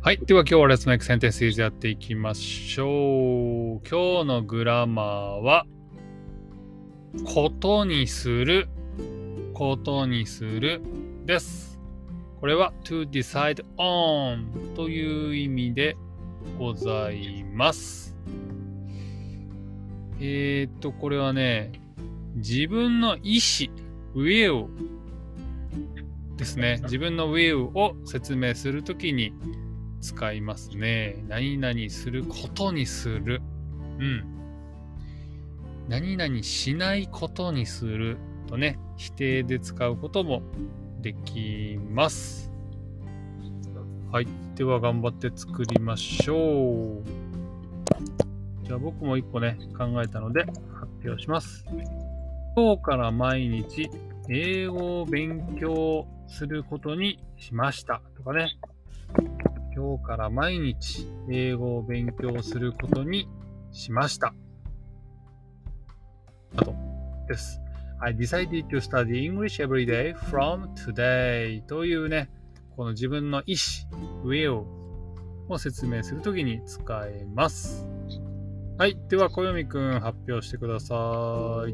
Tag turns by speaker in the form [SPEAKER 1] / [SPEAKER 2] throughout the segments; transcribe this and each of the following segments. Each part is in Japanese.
[SPEAKER 1] はい。では今日は Let's Make Sentences やっていきましょう。今日のグラマーは、ことにする、ことにするです。これは to decide on という意味でございます。これはね、自分の意思、will ですね。自分の will を説明するときに使いますね。何々することにする。何々しないことにするとね、否定で使うこともできます。はい。では頑張って作りましょう。じゃあ僕も一個ね、考えたので発表します。今日から毎日英語を勉強することにしましたとかね。今日から毎日英語を勉強することにしました。あとです。I decided to study English every day from today というね、この自分の意思、will を説明するときに使えます。はい。では、小読くん発表してください。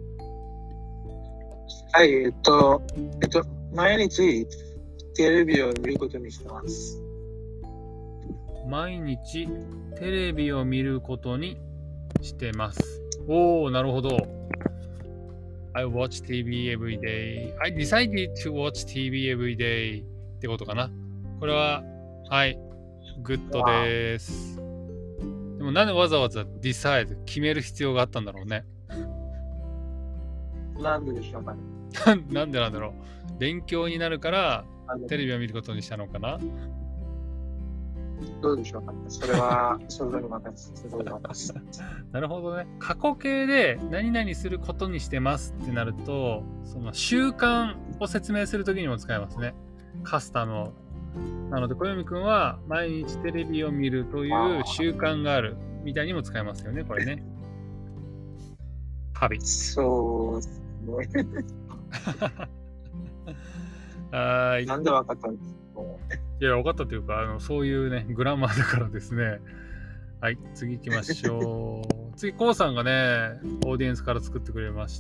[SPEAKER 2] はい。毎日テレビを見ることにしてます。
[SPEAKER 1] 毎日テレビを見ることにしてます。おー、なるほど。I watch TV every day. I decided to watch TV every day ってことかな。これは、はい、グッドです。でもなんでわざわざ decide 決める必要があったんだろうね。
[SPEAKER 2] なんででしょうかね。
[SPEAKER 1] なんでなんだろう。勉強になるからテレビを見ることにしたのかな。
[SPEAKER 2] どうでしょうかね。それはそれぞれまた
[SPEAKER 1] なるほどね。過去形で何々することにしてますってなると、その習慣を説明するときにも使えますね。カスタムを。なので小読くんは毎日テレビを見るという習慣があるみたいにも使えますよね、これね。ハビット。
[SPEAKER 2] そうですね。
[SPEAKER 1] はい。
[SPEAKER 2] なんで分かったんですか？
[SPEAKER 1] いや、分かったというか、そういうね、グラマーだからですね。はい、次行きましょう。次、コウさんがね、オーディエンスから作ってくれました。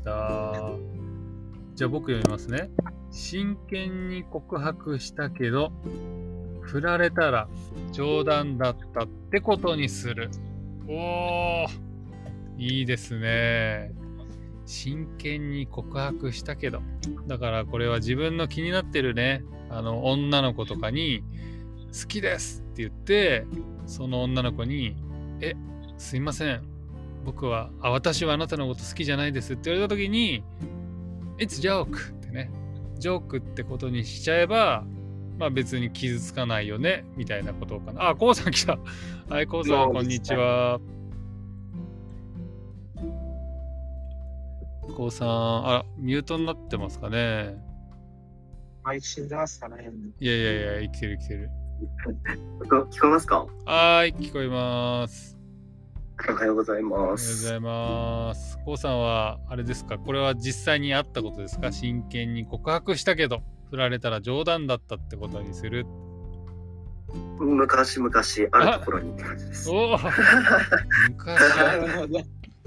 [SPEAKER 1] じゃあ僕読みますね。真剣に告白したけど、振られたら冗談だったってことにする。おー、いいですね。真剣に告白したけど。だからこれは自分の気になってるね、女の子とかに、好きですって言って、その女の子に、すいません。私はあなたのこと好きじゃないですって言われたときに、It's joke ってね、ジョークってことにしちゃえば、まあ別に傷つかないよね、みたいなことかな。あ、コウさん来た。はい、コウさん、こんにちは。コウさん、ミュートになってますかね。
[SPEAKER 2] はい、死んでますかね。
[SPEAKER 1] いや、生きてる。
[SPEAKER 3] 聞こえますか？
[SPEAKER 1] はい、聞こえます。
[SPEAKER 3] おはようございます。
[SPEAKER 1] おはようございます。コウさんは、あれですか？これは実際にあったことですか？真剣に告白したけど、振られたら冗談だったってことにする。
[SPEAKER 3] 昔あるところにって感じです。
[SPEAKER 1] お昔。
[SPEAKER 2] なるほど。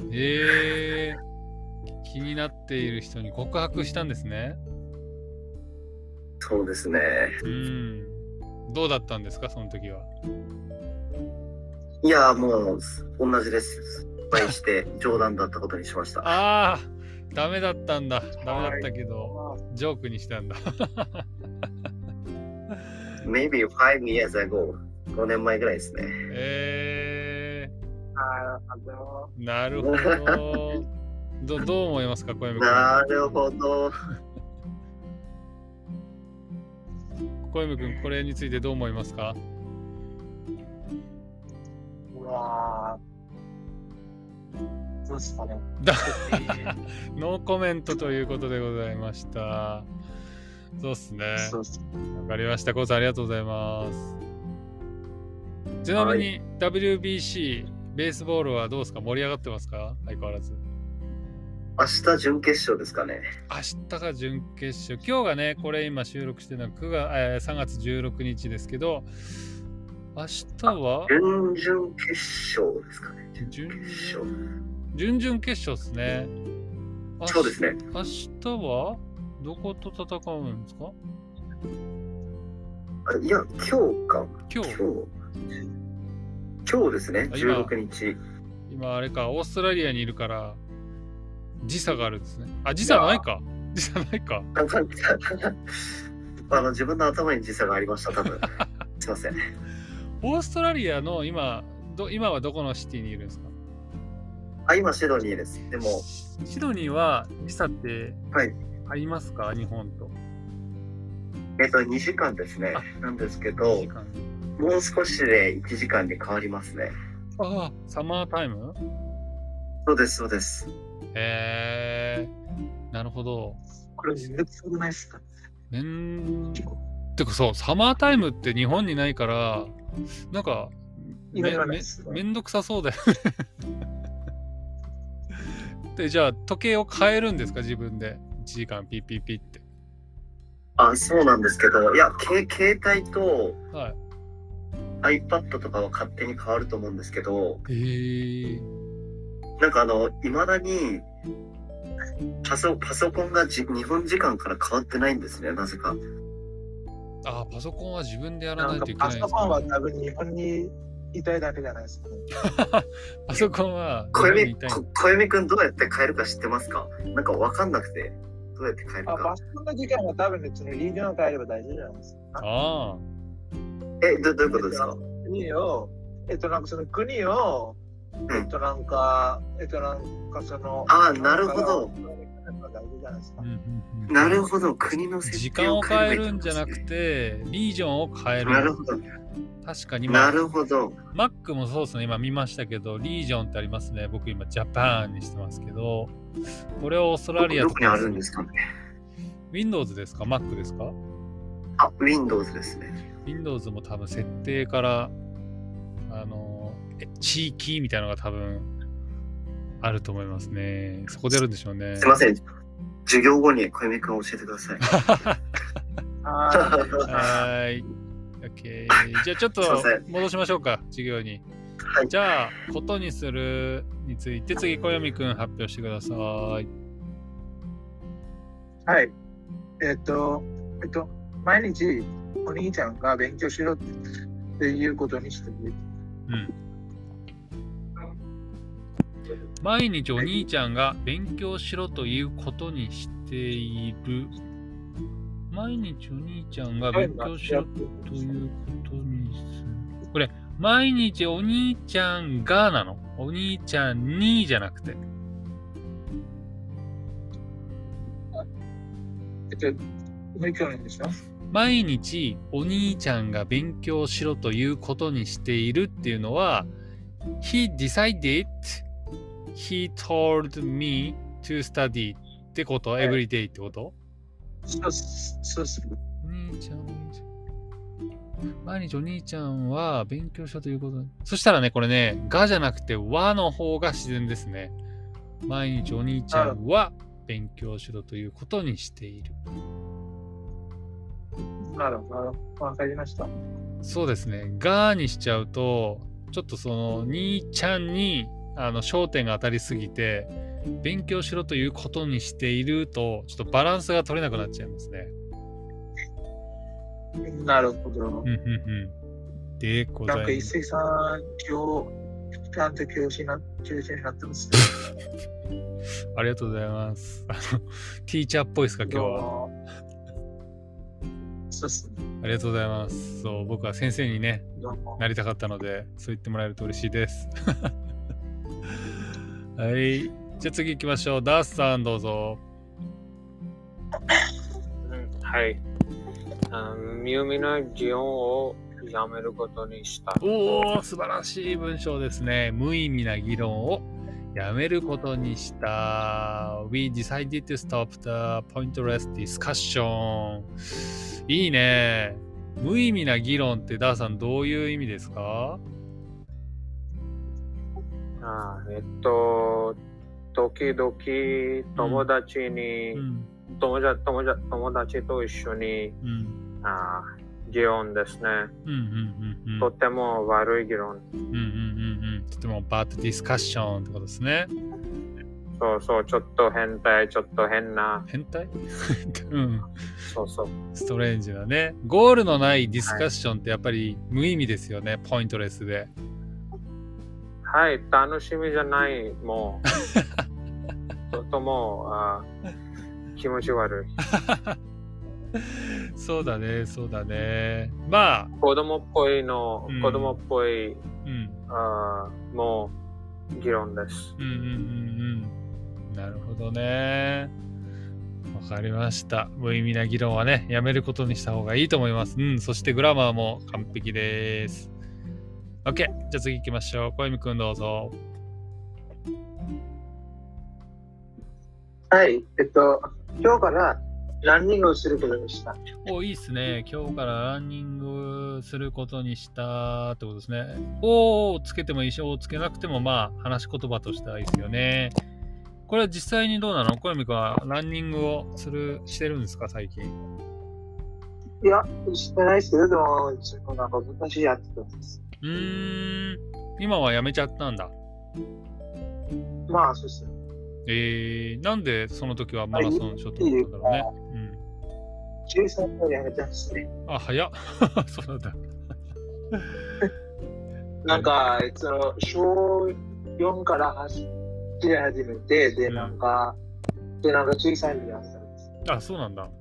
[SPEAKER 1] 気になっている人に告白したんですね。
[SPEAKER 3] そうですね。
[SPEAKER 1] どうだったんですか、その時は。
[SPEAKER 3] いや、もう同じです。失敗して冗談だったことにしました。
[SPEAKER 1] ああ、ダメだったんだ。ダメだったけど、ジョークにしたんだ。
[SPEAKER 3] Maybe 5 years ago。5年前ぐらいですね。
[SPEAKER 1] なるほど。どう思いますか、小山君。
[SPEAKER 3] なるほど。
[SPEAKER 1] 小山君、これについてどう思いますか？
[SPEAKER 2] どうですかね。
[SPEAKER 1] ノーコメントということでございました。そうっすね。わかりました。コウさんありがとうございます。ちなみに WBC、ベースボールはどうですか？盛り上がってますか？相変わらず。
[SPEAKER 3] 明日準決勝ですかね。
[SPEAKER 1] 明日が準決勝。今日がね、これ今収録してるのは3月16日ですけど、 明日は
[SPEAKER 3] 準々決勝ですかね。
[SPEAKER 1] 準
[SPEAKER 3] 決勝。
[SPEAKER 1] 々決勝ですね。
[SPEAKER 3] そうですね。
[SPEAKER 1] 明日はどこと戦うんですか？
[SPEAKER 3] いや、今日か。
[SPEAKER 1] 今日
[SPEAKER 3] ですね。16日。
[SPEAKER 1] 今あれか、オーストラリアにいるから時差があるんですね。あ、時差ないか。時差ないか。
[SPEAKER 3] 自分の頭に時差がありました、多分。すいません。
[SPEAKER 1] オーストラリアの今はどこのシティにいるんですか？
[SPEAKER 3] 今シドニーです。でも
[SPEAKER 1] シドニーは時差って
[SPEAKER 3] はい
[SPEAKER 1] ありますか？日本と。
[SPEAKER 3] 2時間ですね。なんですけど、もう少しで1時間に変わりますね。
[SPEAKER 1] ああ、サマータイム？
[SPEAKER 3] そうです、そうです。
[SPEAKER 1] なるほど。
[SPEAKER 2] これめんどくさくないですか？
[SPEAKER 1] てかそう、サマータイムって日本にないから、なんかめんどくさそうだよね。で、じゃあ時計を変えるんですか？自分で1時間ピッピッピッって。
[SPEAKER 3] そうなんですけど、いや、携帯と、
[SPEAKER 1] はい、
[SPEAKER 3] iPad とかは勝手に変わると思うんですけど、
[SPEAKER 1] なんか
[SPEAKER 3] いまだにパソコンが日本時間から変わってないんですね、なぜか。
[SPEAKER 1] パソコンは自分でやらないといけないんですか？
[SPEAKER 2] パソコンは多分日本にいたいだけじゃないですか、ね。
[SPEAKER 1] パソコンは
[SPEAKER 3] 小弓くんどうやって変えるか知ってますか？なんか分かんなくて、どうやって変えるか。
[SPEAKER 2] パソコンの時間は多分ね、リージョンを変えれば大丈夫じゃないですか。
[SPEAKER 1] ど
[SPEAKER 3] ういうことですか？
[SPEAKER 2] 国を、なんかその国を、なんかその。
[SPEAKER 3] なるほど。なるほど、国の
[SPEAKER 1] 時間を変えるんじゃなくて、リージョンを変える。
[SPEAKER 3] なるほど。
[SPEAKER 1] 確かに、
[SPEAKER 3] なるほど。
[SPEAKER 1] Mac もそうですね、今見ましたけど、リージョンってありますね。僕今、ジャパンにしてますけど、これをオーストラリア
[SPEAKER 3] どこにあるんですかね。
[SPEAKER 1] Windows ですか？ Mac ですか
[SPEAKER 3] ？Windows ですね。
[SPEAKER 1] Windows も多分設定から、地域みたいなのが多分あると思いますね。そこでやるんでしょうね。
[SPEAKER 3] すいません。授業後に小弓くん教えてください。
[SPEAKER 1] はい。OK。じゃあちょっと戻しましょうか、授業に。
[SPEAKER 3] はい、
[SPEAKER 1] じゃあ、ことにするについて次、小弓くん発表してください。はい。
[SPEAKER 2] 毎日お兄ちゃんが勉強しろっていうことにしている。
[SPEAKER 1] 毎日お兄ちゃんが勉強しろということにしている。毎日お兄ちゃんが勉強しろということにする。これ、毎日お兄ちゃんがなの？お兄ちゃんにじゃなくて。
[SPEAKER 2] もう一回お願いします。
[SPEAKER 1] 毎日お兄ちゃんが勉強しろということにしているっていうのは、He decided, he told me to study ってこと、every day ってこと？
[SPEAKER 2] そうする。
[SPEAKER 1] お兄ちゃん。毎日お兄ちゃんは勉強しろということ。そしたらね、これね、がじゃなくてわの方が自然ですね。毎日お兄ちゃんは勉強しろということにしている。
[SPEAKER 2] なるほど。わかりました。
[SPEAKER 1] そうですね。がにしちゃうと、ちょっとその兄ちゃんに焦点が当たりすぎて、勉強しろということにしていると、ちょっとバランスが取れなくなっちゃいますね。
[SPEAKER 2] なるほど。
[SPEAKER 1] でございます。
[SPEAKER 2] なんか一石さん、今日、ちゃんと教師になってますね。
[SPEAKER 1] ありがとうございます。ティーチャーっぽいですか、今日は。
[SPEAKER 2] そうですね。
[SPEAKER 1] ありがとうございます。そう、僕は先生にね、なりたかったので、そう言ってもらえると嬉しいです。はい。じゃあ次行きましょう。ダースさん、どうぞ。
[SPEAKER 4] はい。無意味な議論をやめることにした。
[SPEAKER 1] おー、素晴らしい文章ですね。無意味な議論をやめることにした。We decided to stop the pointless discussion. いいね。無意味な議論ってダーさんどういう意味ですか？
[SPEAKER 4] 時々友達に、友達と一緒に、 議論ですね。とても悪い議論。
[SPEAKER 1] とてもバッドディスカッションってことですね。
[SPEAKER 4] そうそう、ちょっと変態、ちょっと変な。
[SPEAKER 1] 変態
[SPEAKER 4] そうそう。
[SPEAKER 1] ストレンジなね。ゴールのないディスカッションってやっぱり無意味ですよね。ポイントレスで。
[SPEAKER 4] はい、楽しみじゃない、もう。とても気持ち悪い。
[SPEAKER 1] そうだね、そうだね。まあ。
[SPEAKER 4] 子供っぽいの、子供っぽい、もう議論です。
[SPEAKER 1] なるほどね。わかりました。無意味な議論はね、やめることにした方がいいと思います。そしてグラマーも完璧です。OK。じゃあ次行きましょう。小泉くんどうぞ。
[SPEAKER 2] はい。今日からランニングをすることにした。
[SPEAKER 1] いいっすね。今日からランニングすることにしたってことですね。をつけてもいいし、をつけなくてもまあ話し言葉としてはいいですよね。これは実際にどうなの？小泉くんはランニングをしてるんですか、最近？
[SPEAKER 2] いや、してないですけど、でも、なんか昔やってたんです。
[SPEAKER 1] 今はやめちゃったんだ。
[SPEAKER 2] まあ、そうですね。
[SPEAKER 1] なんでその時はマラソンショットだったんだろうね。
[SPEAKER 2] 13歳でやめたんですね。
[SPEAKER 1] あ、早っ。そうなんだ。
[SPEAKER 2] なんか、小4から走り始めて、で、なんか、13歳でやめたんです。
[SPEAKER 1] あ、そうなんだ。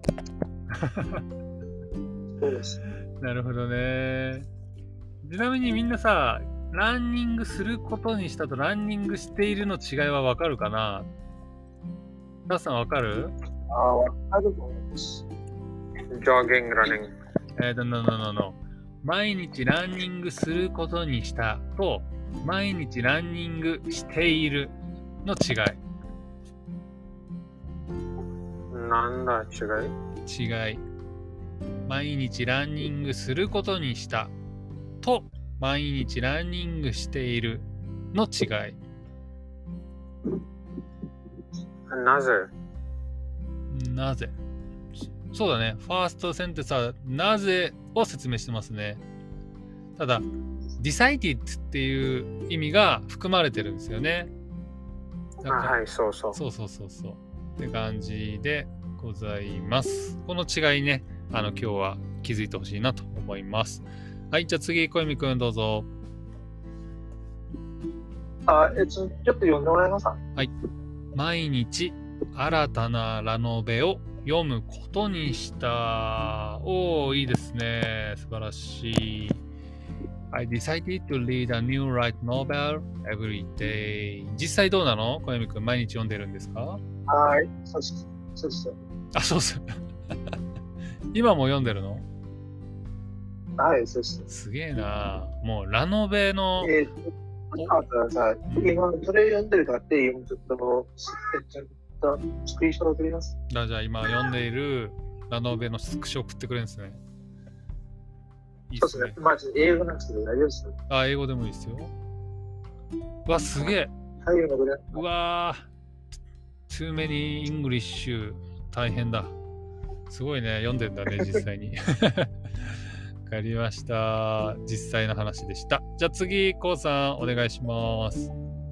[SPEAKER 2] そうです。
[SPEAKER 1] なるほどね。ちなみにみんなさ、ランニングすることにしたとランニングしているの違いはわかるかな？タさんわかる？
[SPEAKER 2] わかると思います。
[SPEAKER 4] ジョギング、ランニング。
[SPEAKER 1] No。毎日ランニングすることにしたと、毎日ランニングしているの違い。
[SPEAKER 4] なんだ違い？
[SPEAKER 1] 毎日ランニングすることにしたと、毎日ランニングしているの違い。なぜ？そうだね。ファーストセンテンスはなぜを説明してますね。ただ、decided っていう意味が含まれてるんですよね。
[SPEAKER 4] はい、そう。
[SPEAKER 1] って感じでございます。この違いね、今日は気づいてほしいなと思います。はい、じゃあ次、小泉くんどうぞ。
[SPEAKER 2] ちょっと読んでもらえますか？
[SPEAKER 1] はい。毎日新たなラノベを読むことにした。いいですね。素晴らしい。I decided to read a new light novel every day. 実際どうなの？小泉くん、毎日読んでるんですか？
[SPEAKER 2] はい、そうです。
[SPEAKER 1] あ、そうっす。今も読んでるの？
[SPEAKER 2] はい、そうです。
[SPEAKER 1] すげえな。もうラノベの。
[SPEAKER 2] 今それ読んでるかってちょっとスクリーンショット送ります。
[SPEAKER 1] じゃあ今読んでいるラノベのスクショ送ってくれるんですね。いいっすね。
[SPEAKER 2] まず英語なんですけど大丈夫です。
[SPEAKER 1] 英語でもいいですよ。うわ、すげえ。うわー、too many English 大変だ。すごいね、読んでんだね、実際に。わかりました。実際の話でした。じゃあ次、こうさん、お願いします。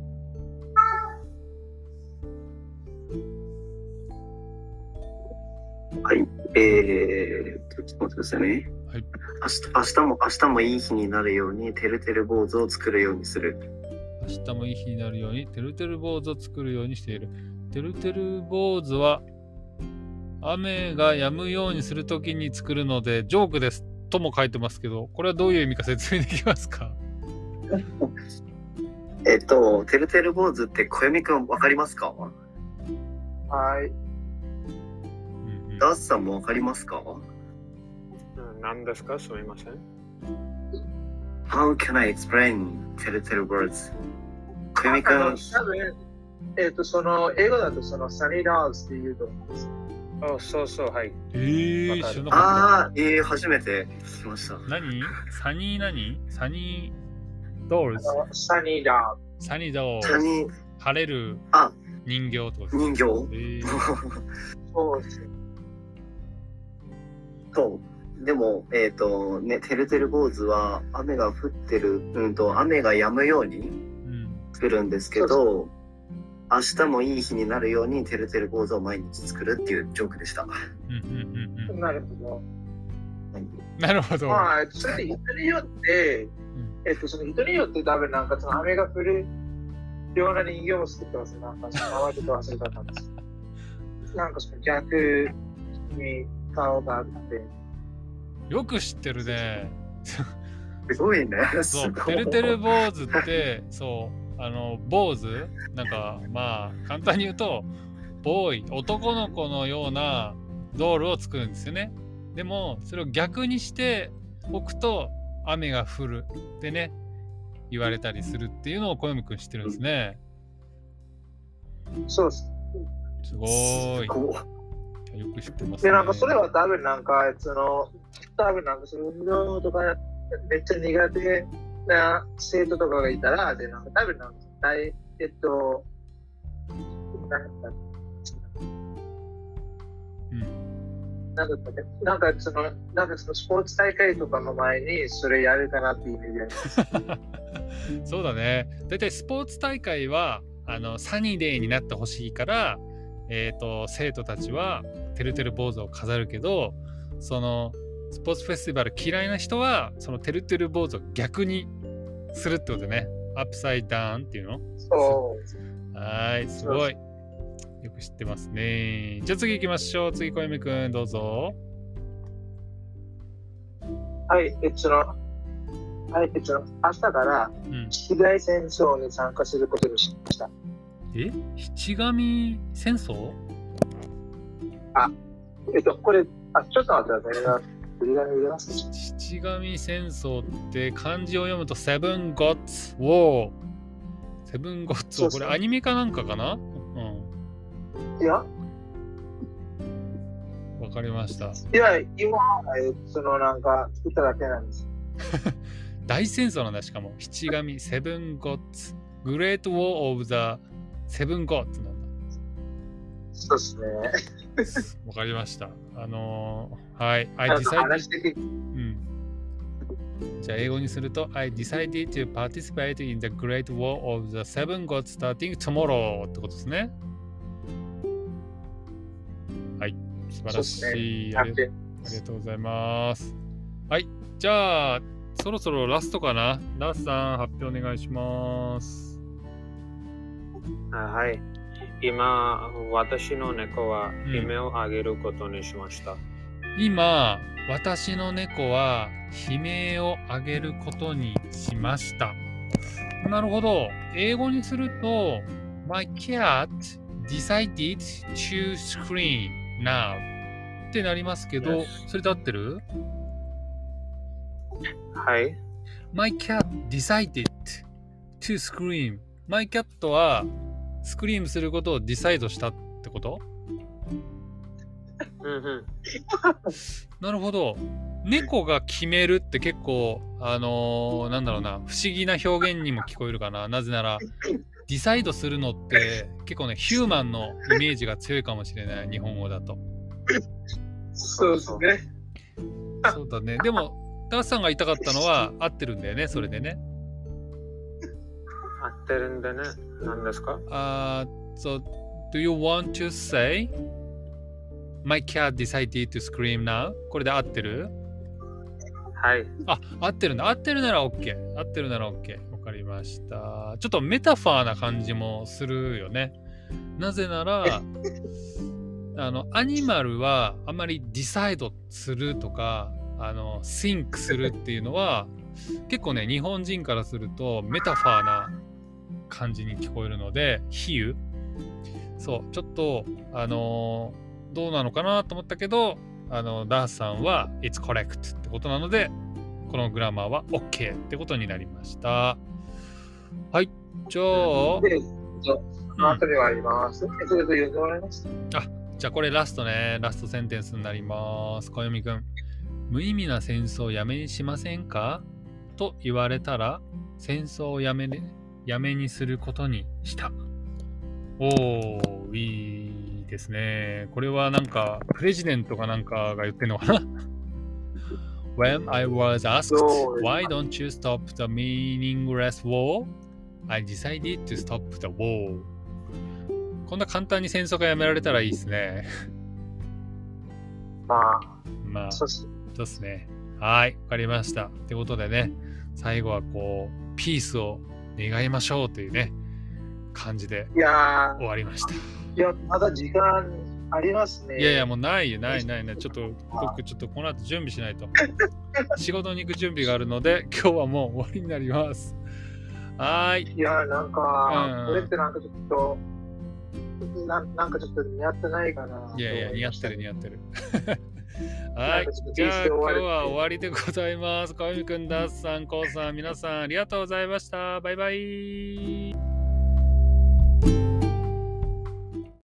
[SPEAKER 3] はい。ちょっと待ってくださいね。はい。明日もいい日になるように、てるてる坊主を作るようにする。
[SPEAKER 1] 明日もいい日になるように、てるてる坊主を作るようにしている。てるてる坊主は、雨が止むようにするときに作るので、ジョークです。とも書いてますけど、これはどういう意味か説明できますか？
[SPEAKER 3] てるてる坊主って小読くんわかりますか？
[SPEAKER 2] はい。
[SPEAKER 3] ダースさんもわかりますか？
[SPEAKER 4] 何ですか？すみません。
[SPEAKER 3] How can I explain てるてる坊主？小読くん。
[SPEAKER 2] その英語だとそのサニーダーズっていうと思うんです。
[SPEAKER 4] そう、はい。
[SPEAKER 1] 知らなかった。
[SPEAKER 3] 初めて聞きました。
[SPEAKER 1] 何？サニードールズ。
[SPEAKER 2] サニーダー
[SPEAKER 1] ズ。サニードールズ。晴れる人形ってこと
[SPEAKER 3] ですか？人形。
[SPEAKER 2] そうです。
[SPEAKER 3] そう。 でも、ね、てるてる坊主は雨が降ってる、雨が止むように作るんですけど、明日もいい日になるようにてるてる坊主を毎日作るっていうジョークでした。
[SPEAKER 2] なるほど。
[SPEAKER 1] なるほど。
[SPEAKER 2] まあ、それ人によって、その人によって多分なんかその雨が降るような人形を作ってます。なんかその名前とか忘れたんです。なんかその逆に顔があって。
[SPEAKER 1] よく知ってるね。
[SPEAKER 3] すごいね。
[SPEAKER 1] そう、てるてる坊主って、そう、坊主なんか、まあ、簡単に言うと、ボーイ、男の子のようなドールを作るんですよね。でも、それを逆にしておくと、雨が降るってね、言われたりするっていうのを小読くん知ってるんですね。
[SPEAKER 2] そうです。
[SPEAKER 1] すごーい。よく知ってますね。
[SPEAKER 2] で、なんかそれは多分なんか、多分なんかその運動とかめっちゃ苦手な生徒とかがいたら、で、なんか多分なんか、なんかそのスポーツ大会とかの前にそれやるかなっていうイメージあります。
[SPEAKER 1] そうだね。だいたいスポーツ大会はサニーデーになってほしいから、生徒たちはてるてる坊主を飾るけど、そのスポーツフェスティバル嫌いな人はそのてるてる坊主を逆にするってことね。アップサイダウンっていうの？
[SPEAKER 2] そう。
[SPEAKER 1] はい、すごい。よく知ってますね。じゃあ次行きましょう。次、小読くん、どうぞ。
[SPEAKER 2] はい、明日から七外戦争に参加することにしました。
[SPEAKER 1] 七神戦争？
[SPEAKER 2] これ、ちょっと待ってください。
[SPEAKER 1] 七神戦争って漢字を読むとセブンゴッツウォー。セブンゴッツウォー。これアニメかなんかかな？
[SPEAKER 2] いや。
[SPEAKER 1] わかりました。
[SPEAKER 2] いや、今、なんか、作っただけなんです。
[SPEAKER 1] 大戦争なんだ、しかも。七神、セブンゴッツ。グレートウォーオブザセブンゴッツなんだ。
[SPEAKER 2] そうですね。
[SPEAKER 1] わかりました。はい。I decided... じゃあ英語にすると I decided to participate in the Great War of the Seven Gods starting tomorrow ってことですね。はい。素晴らしい。ありがとうございます。はい。じゃあ、そろそろラストかな。ラスさん、発表お願いします。
[SPEAKER 4] はい。今、私の猫は悲鳴を上げることにしました。
[SPEAKER 1] 今、私の猫は悲鳴を上げることにしました。なるほど。英語にすると、My cat decided to scream now ってなりますけど、それで合ってる？
[SPEAKER 4] はい。
[SPEAKER 1] My cat decided to scream. My cat はスクリームすることをディサイドしたってこと？なるほど。猫が決めるって結構なんだろうな、不思議な表現にも聞こえるかな。なぜならディサイドするのって結構ね、ヒューマンのイメージが強いかもしれない、日本語だと。
[SPEAKER 2] そうですね。
[SPEAKER 1] そうだね。でもダースさんが言いたかったのは合ってるんだよね、それでね。
[SPEAKER 4] 合ってるんでね。何ですか
[SPEAKER 1] ？So, do you want to say My cat decided to scream now? これで合ってる？
[SPEAKER 4] はい。
[SPEAKER 1] 合ってるんだ。合ってるなら OK。合ってるなら OK。わかりました。ちょっとメタファーな感じもするよね。なぜなら、アニマルはあまりディサイドするとか、シンクするっていうのは、結構ね、日本人からするとメタファーな感じに聞こえるので、比喩。そう、ちょっと、どうなのかなと思ったけど、ダースさんは It's correct ってことなので、このグラマーは OK ってことになりました。はい、じゃあ、
[SPEAKER 2] 後ではあります。それと言ってもらいます。
[SPEAKER 1] じゃあこれラストね、ラストセンテンスになります。小読くん。無意味な戦争をやめにしませんかと言われたら、戦争をやめにすることにした。いいですね。これはなんかプレジデントかなんかが言ってんのかな When I was asked, why don't you stop the meaningless war? I decided to stop the war. こんな簡単に戦争がやめられたらいいですね。まあ、そうですね。はい、わかりました。ということでね、最後はこう、ピースを願いましょうというね、感じで終わりました。
[SPEAKER 2] いや、まだ時間ありますね。
[SPEAKER 1] いやいや、もうないよ、ない。ちょっと、僕、ちょっとこの後準備しないと。仕事に行く準備があるので、今日はもう終わりになります。はい。
[SPEAKER 2] いや、なんか、これってなんかちょっと、なんかちょっと似合ってないかな。
[SPEAKER 1] いや、似合ってる。はい。じゃあ、今日は終わりでございます。かみくん、ダッさん、こうさん、皆さん、ありがとうございました。バイバイ。